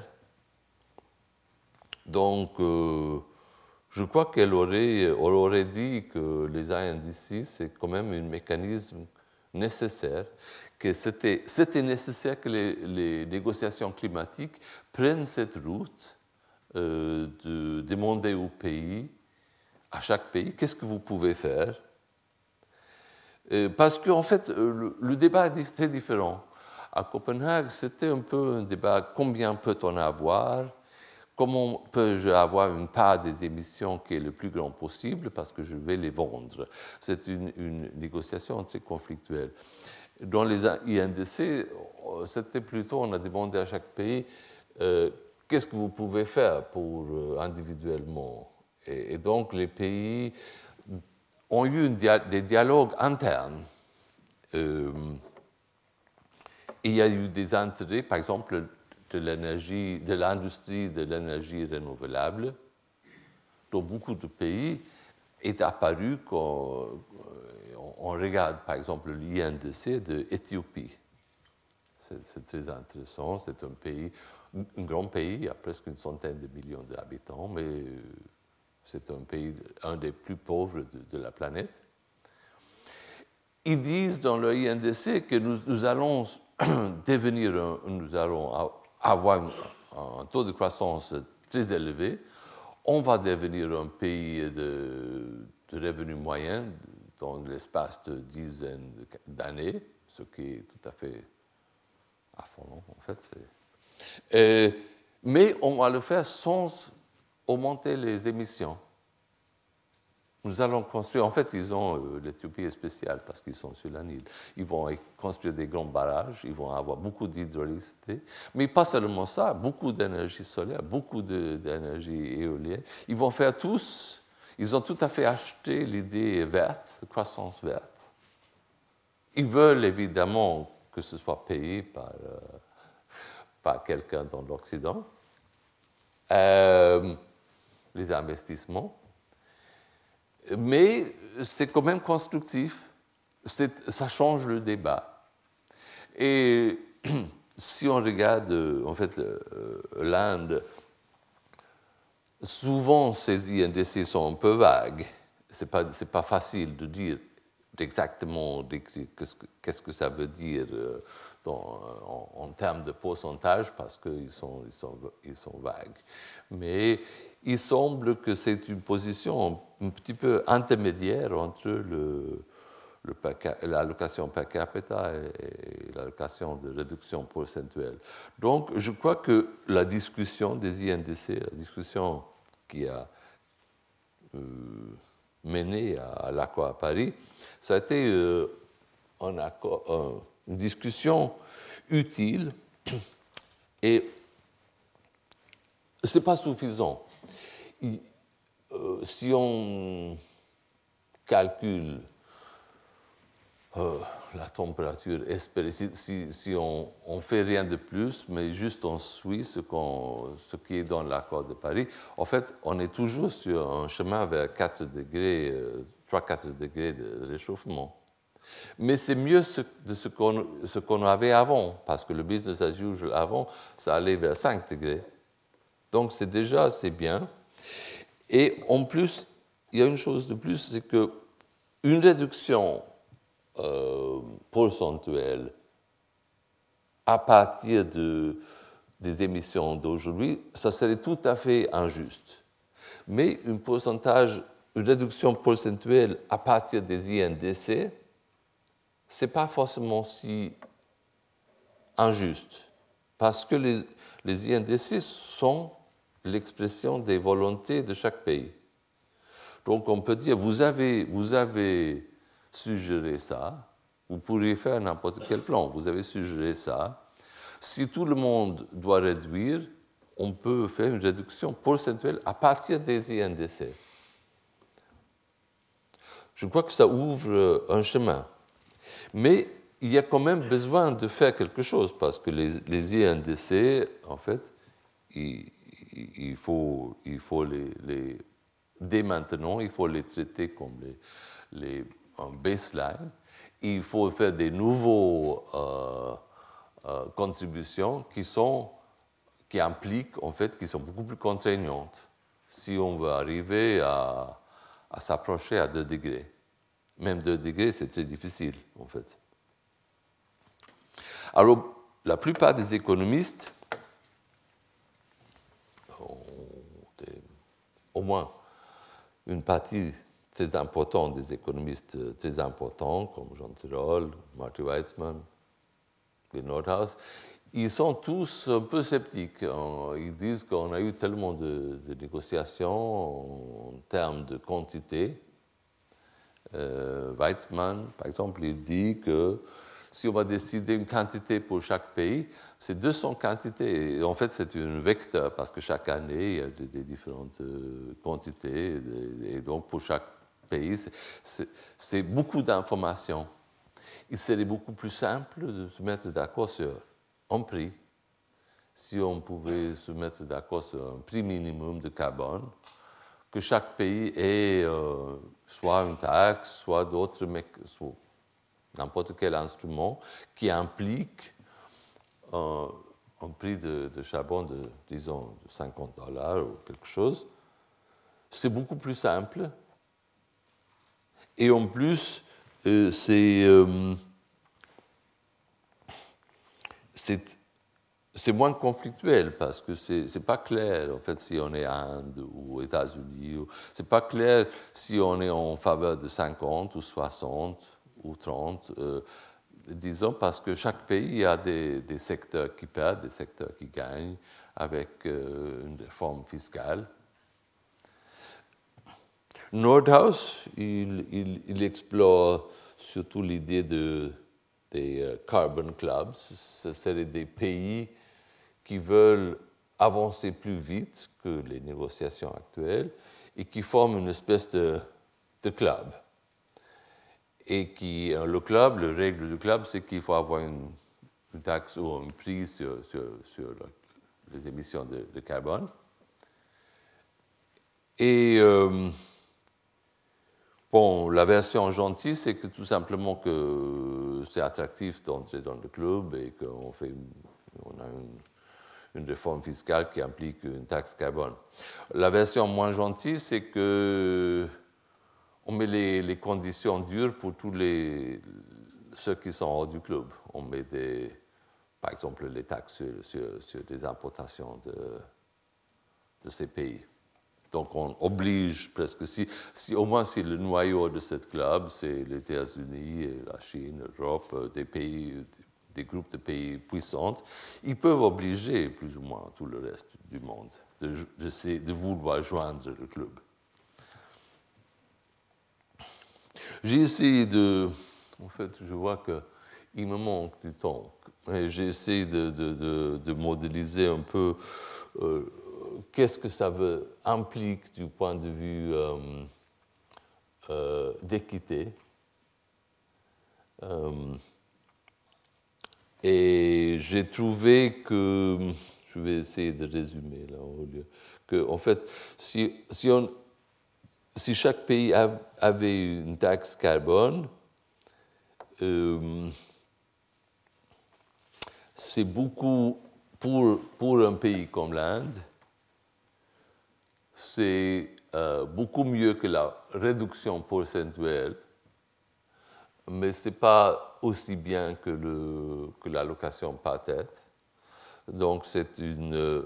Donc, je crois qu'elle aurait dit que les INDC, c'est quand même un mécanisme nécessaire, que c'était nécessaire que les négociations climatiques prennent cette route de demander au pays, à chaque pays, qu'est-ce que vous pouvez faire. Parce qu'en fait, le débat est très différent. À Copenhague, c'était un peu un débat combien peut-on avoir, comment peux-je avoir une part des émissions qui est le plus grand possible parce que je vais les vendre. C'est une négociation très conflictuelle. Dans les INDC, c'était plutôt, on a demandé à chaque pays qu'est-ce que vous pouvez faire pour individuellement. Et donc les pays ont eu des dialogues internes. Il y a eu des intérêts, par exemple, de l'industrie de l'énergie renouvelable. Dans beaucoup de pays, est apparu quand on regarde, par exemple, l'INDC de l'Éthiopie. C'est très intéressant. C'est un grand pays, il y a presque une centaine de millions d'habitants, mais c'est un pays, un des plus pauvres de la planète. Ils disent dans le INDC que nous allons nous allons avoir un taux de croissance très élevé. On va devenir un pays de revenus moyens dans l'espace de dizaines d'années, ce qui est tout à fait affolant, en fait. Mais on va le faire sans augmenter les émissions. Nous allons construire, en fait, l'Éthiopie est spéciale parce qu'ils sont sur la Nil. Ils vont construire des grands barrages, ils vont avoir beaucoup d'hydraulicité, mais pas seulement ça, beaucoup d'énergie solaire, beaucoup d'énergie éolienne. Ils vont faire ils ont tout à fait acheté l'idée verte, de croissance verte. Ils veulent évidemment que ce soit payé par quelqu'un dans l'Occident, les investissements. Mais c'est quand même constructif, ça change le débat. Et si on regarde, en fait, l'Inde, souvent ces INDC sont un peu vagues. C'est pas facile de dire exactement qu'est-ce que ça veut dire en termes de pourcentage parce qu'ils sont vagues. Mais il semble que c'est une position un petit peu intermédiaire entre l'allocation per capita et l'allocation de réduction procentuelle. Donc, je crois que la discussion des INDC, la discussion qui a mené à l'accord à Paris, ça a été une discussion utile et ce n'est pas suffisant. Si on calcule la température espérée, si on ne fait rien de plus, mais juste on suit ce qui est dans l'accord de Paris, en fait, on est toujours sur un chemin vers 3-4 degrés de réchauffement. Mais c'est mieux ce qu'on avait avant, parce que le business as usual avant, ça allait vers 5 degrés. Donc c'est déjà assez bien. Et en plus, il y a une chose de plus, c'est qu'une réduction procentuelle à partir des émissions d'aujourd'hui, ça serait tout à fait injuste. Mais une réduction procentuelle à partir des INDC, ce n'est pas forcément si injuste, parce que les INDC sont l'expression des volontés de chaque pays. Donc on peut dire, vous avez suggéré ça, vous pourriez faire n'importe quel plan, vous avez suggéré ça. Si tout le monde doit réduire, on peut faire une réduction procentuelle à partir des INDC. Je crois que ça ouvre un chemin. Mais il y a quand même besoin de faire quelque chose, parce que les INDC, en fait, il faut dès maintenant, il faut les traiter comme un baseline. Il faut faire des nouveaux contributions qui impliquent, en fait, qui sont beaucoup plus contraignantes si on veut arriver à s'approcher à 2 degrés. Même 2 degrés, c'est très difficile, en fait. Alors, la plupart des économistes, au moins une partie très importante des économistes très importants, comme Jean Tirole, Marty Weitzman, les Nordhaus, ils sont tous un peu sceptiques. Ils disent qu'on a eu tellement de négociations en termes de quantité. Weitzman, par exemple, il dit que si on va décider une quantité pour chaque pays, c'est 200 quantités. Et en fait, c'est un vecteur, parce que chaque année, il y a des différentes quantités. Et donc, pour chaque pays, c'est beaucoup d'informations. Il serait beaucoup plus simple de se mettre d'accord sur un prix. Si on pouvait se mettre d'accord sur un prix minimum de carbone, que chaque pays ait soit une taxe, soit d'autres, soit n'importe quel instrument qui implique un prix de charbon de, disons, de $50 ou quelque chose, c'est beaucoup plus simple. Et en plus, c'est moins conflictuel parce que c'est pas clair, en fait, si on est Inde ou États-Unis. C'est pas clair si on est en faveur de 50 ou 60 ou 30. Disons, parce que chaque pays a des secteurs qui perdent, des secteurs qui gagnent avec une réforme fiscale. Nordhaus, il explore surtout l'idée des carbon clubs. Ce seraient des pays qui veulent avancer plus vite que les négociations actuelles et qui forment une espèce de club. Et le club, la règle du club, c'est qu'il faut avoir une taxe ou un prix sur les émissions de carbone. Et bon, la version gentille, c'est que tout simplement que c'est attractif d'entrer dans le club et qu'on a une réforme fiscale qui implique une taxe carbone. La version moins gentille, c'est que on met les conditions dures pour tous ceux qui sont hors du club. On met par exemple les taxes sur des importations de ces pays. Donc on oblige presque, au moins si le noyau de ce club, c'est les États-Unis, la Chine, l'Europe, des groupes de pays puissants, ils peuvent obliger plus ou moins tout le reste du monde de vouloir joindre le club. J'ai essayé en fait, je vois qu'il me manque du temps, mais j'ai essayé de modéliser un peu qu'est-ce que ça implique du point de vue d'équité. Et j'ai trouvé que, je vais essayer de résumer là, que en fait, si chaque pays avait une taxe carbone, c'est beaucoup, pour un pays comme l'Inde, c'est beaucoup mieux que la réduction procentuelle, mais ce n'est pas aussi bien que l'allocation par tête. Donc c'est une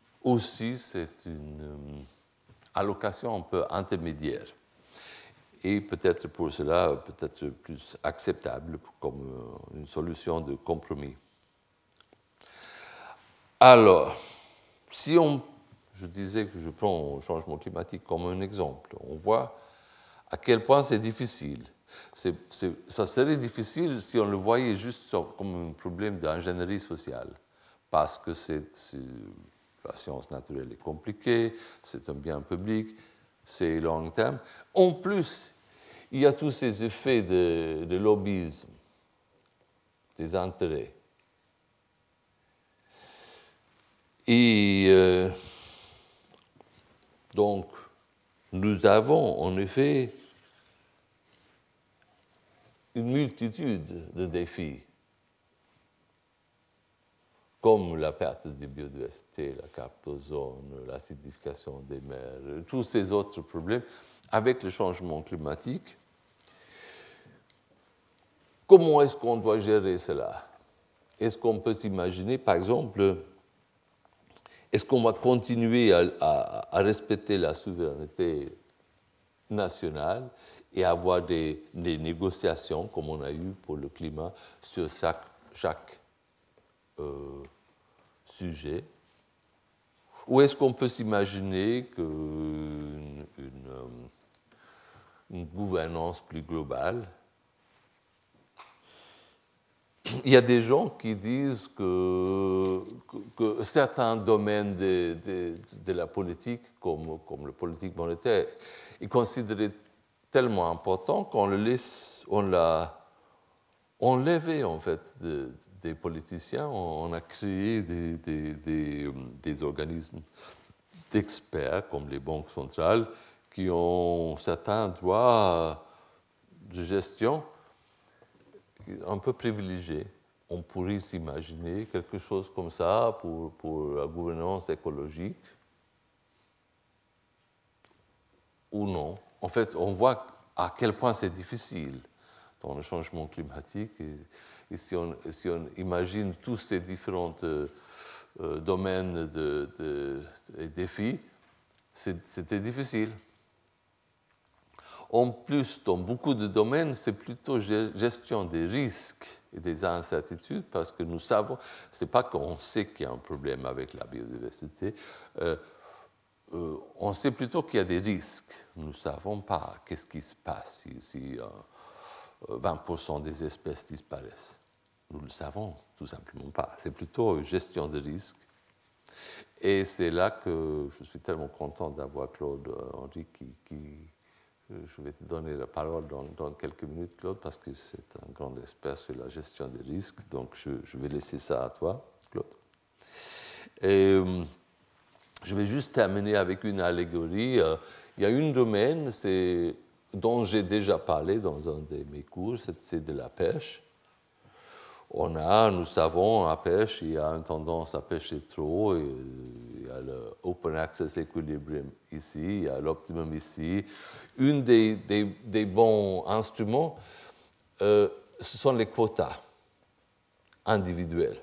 allocation un peu intermédiaire. Et peut-être pour cela, peut-être plus acceptable comme une solution de compromis. Alors, si je disais que je prends le changement climatique comme un exemple, on voit à quel point c'est difficile. Ça serait difficile si on le voyait juste comme un problème d'ingénierie sociale, parce que la science naturelle est compliquée, c'est un bien public, c'est long terme. En plus, il y a tous ces effets de lobbyisme, des intérêts. Et donc, nous avons en effet une multitude de défis, comme la perte de biodiversité, la capte d'ozone, l'acidification des mers, tous ces autres problèmes avec le changement climatique. Comment est-ce qu'on doit gérer cela? Est-ce qu'on peut s'imaginer, par exemple, est-ce qu'on va continuer à respecter la souveraineté nationale et avoir des négociations, comme on a eu pour le climat, sur chaque sujet? Ou est-ce qu'on peut s'imaginer qu'une gouvernance plus globale? Il y a des gens qui disent que certains domaines de la politique, comme la politique monétaire, est considéré tellement important qu'on l'a enlevé en fait des politiciens. On a créé des organismes d'experts comme les banques centrales qui ont certains droits de gestion un peu privilégié. On pourrait s'imaginer quelque chose comme ça pour la gouvernance écologique ou non. En fait, on voit à quel point c'est difficile dans le changement climatique. Et si on imagine tous ces différents domaines et défis, c'était difficile. En plus, dans beaucoup de domaines, c'est plutôt gestion des risques et des incertitudes, parce que nous savons, ce n'est pas qu'on sait qu'il y a un problème avec la biodiversité, on sait plutôt qu'il y a des risques. Nous ne savons pas qu'est-ce qui se passe si 20% des espèces disparaissent. Nous ne le savons tout simplement pas. C'est plutôt gestion de risques. Et c'est là que je suis tellement content d'avoir Claude Henry je vais te donner la parole dans quelques minutes, Claude, parce que c'est un grand expert sur la gestion des risques. Donc, je vais laisser ça à toi, Claude. Et je vais juste terminer avec une allégorie. Il y a un domaine dont j'ai déjà parlé dans un de mes cours, c'est de la pêche. Nous savons, à pêche, il y a une tendance à pêcher trop. Il y a le Open Access Equilibrium ici, il y a l'optimum ici. Un des bons instruments, ce sont les quotas individuels.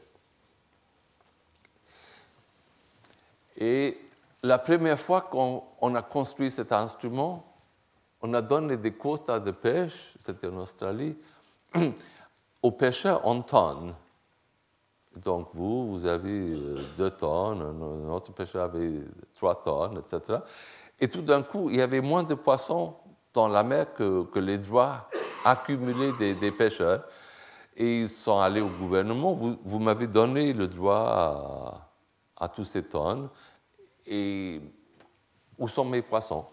Et la première fois qu'on a construit cet instrument, on a donné des quotas de pêche, c'était en Australie, aux pêcheurs en tonnes. Donc vous avez 2 tonnes, un autre pêcheur avait 3 tonnes, etc. Et tout d'un coup, il y avait moins de poissons dans la mer que les droits accumulés des pêcheurs. Et ils sont allés au gouvernement, vous m'avez donné le droit à tous ces tonnes, et où sont mes poissons?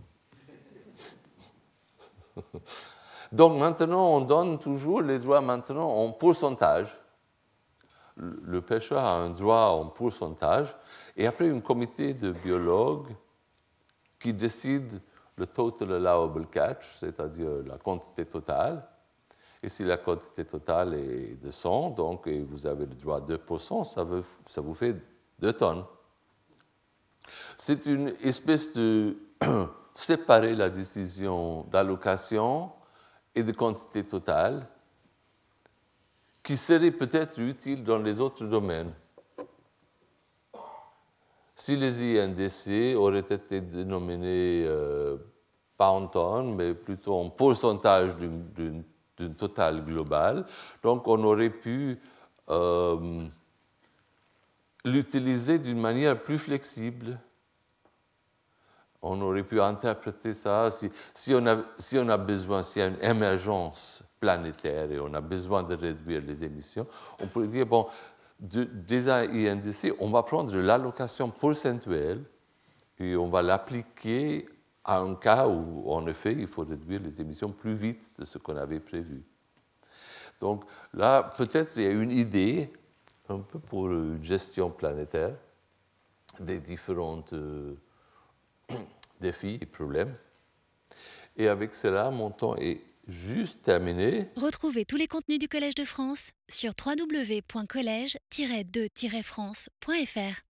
Donc maintenant, on donne toujours les droits maintenant en pourcentage. Le pêcheur a un droit en pourcentage, et après, un comité de biologues qui décide le total allowable catch, c'est-à-dire la quantité totale. Et si la quantité totale est de 100, donc et vous avez le droit à 2%, ça vous fait 2 tonnes. C'est une espèce de séparer la décision d'allocation et de quantité totale qui serait peut-être utile dans les autres domaines. Si les INDC auraient été dénominés pas en tonnes, mais plutôt en pourcentage d'une totale globale, donc on aurait pu l'utiliser d'une manière plus flexible. On aurait pu interpréter ça si on a besoin, s'il y a une émergence planétaire et on a besoin de réduire les émissions, on pourrait dire, bon, des INDC, on va prendre l'allocation procentuelle et on va l'appliquer à un cas où, en effet, il faut réduire les émissions plus vite de ce qu'on avait prévu. Donc là, peut-être il y a une idée, un peu pour une gestion planétaire, des différentes défis et problèmes. Et avec cela, mon temps est juste terminé. Retrouvez tous les contenus du Collège de France sur www.colège-2-france.fr.